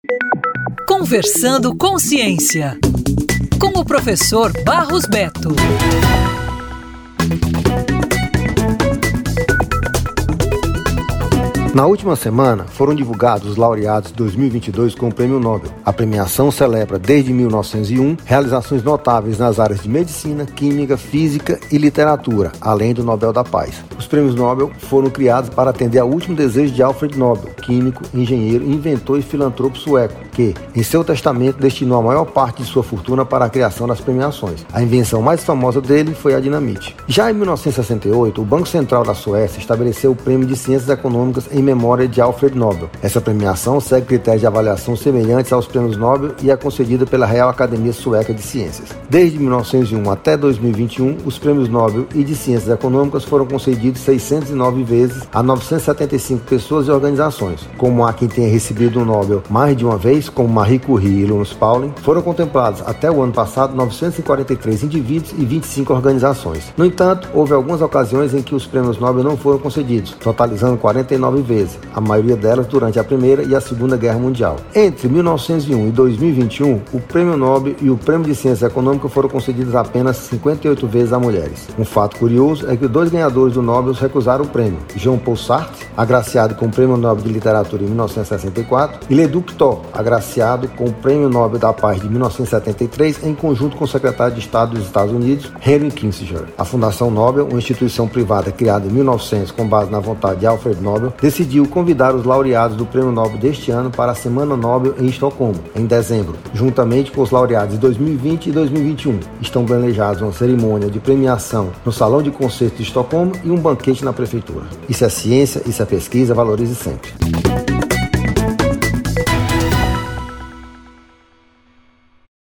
Conversando com Ciência, com o professor Barros Beto. Na última semana, foram divulgados os laureados de 2022 com o Prêmio Nobel. A premiação celebra, desde 1901, realizações notáveis nas áreas de medicina, química, física e literatura, além do Nobel da Paz. Os prêmios Nobel foram criados para atender ao último desejo de Alfred Nobel, químico, engenheiro, inventor e filantropo sueco, que, em seu testamento, destinou a maior parte de sua fortuna para a criação das premiações. A invenção mais famosa dele foi a dinamite. Já em 1968, o Banco Central da Suécia estabeleceu o Prêmio de Ciências Econômicas em memória de Alfred Nobel. Essa premiação segue critérios de avaliação semelhantes aos prêmios Nobel e é concedida pela Real Academia Sueca de Ciências. Desde 1901 até 2021, os prêmios Nobel e de Ciências Econômicas foram concedidos 609 vezes a 975 pessoas e organizações. Como há quem tenha recebido o Nobel mais de uma vez, como Marie Curie e Linus Pauling, foram contemplados até o ano passado 943 indivíduos e 25 organizações. No entanto, houve algumas ocasiões em que os prêmios Nobel não foram concedidos, totalizando 49 vezes, a maioria delas durante a Primeira e a Segunda Guerra Mundial. Entre 1901 e 2021, o Prêmio Nobel e o Prêmio de Ciência Econômica foram concedidos apenas 58 vezes a mulheres. Um fato curioso é que dois ganhadores do Nobel recusaram o prêmio: Jean Paul Sartre, agraciado com o Prêmio Nobel de Literatura em 1964, e Leduc Tho, agraciado com o Prêmio Nobel da Paz de 1973, em conjunto com o secretário de Estado dos Estados Unidos, Henry Kissinger. A Fundação Nobel, uma instituição privada criada em 1900 com base na vontade de Alfred Nobel, decidiu convidar os laureados do Prêmio Nobel deste ano para a Semana Nobel em Estocolmo, em dezembro, juntamente com os laureados de 2020 e 2021. Estão planejados uma cerimônia de premiação no Salão de Concertos de Estocolmo e um banquete na Prefeitura. Isso é ciência, isso é pesquisa, valorize sempre.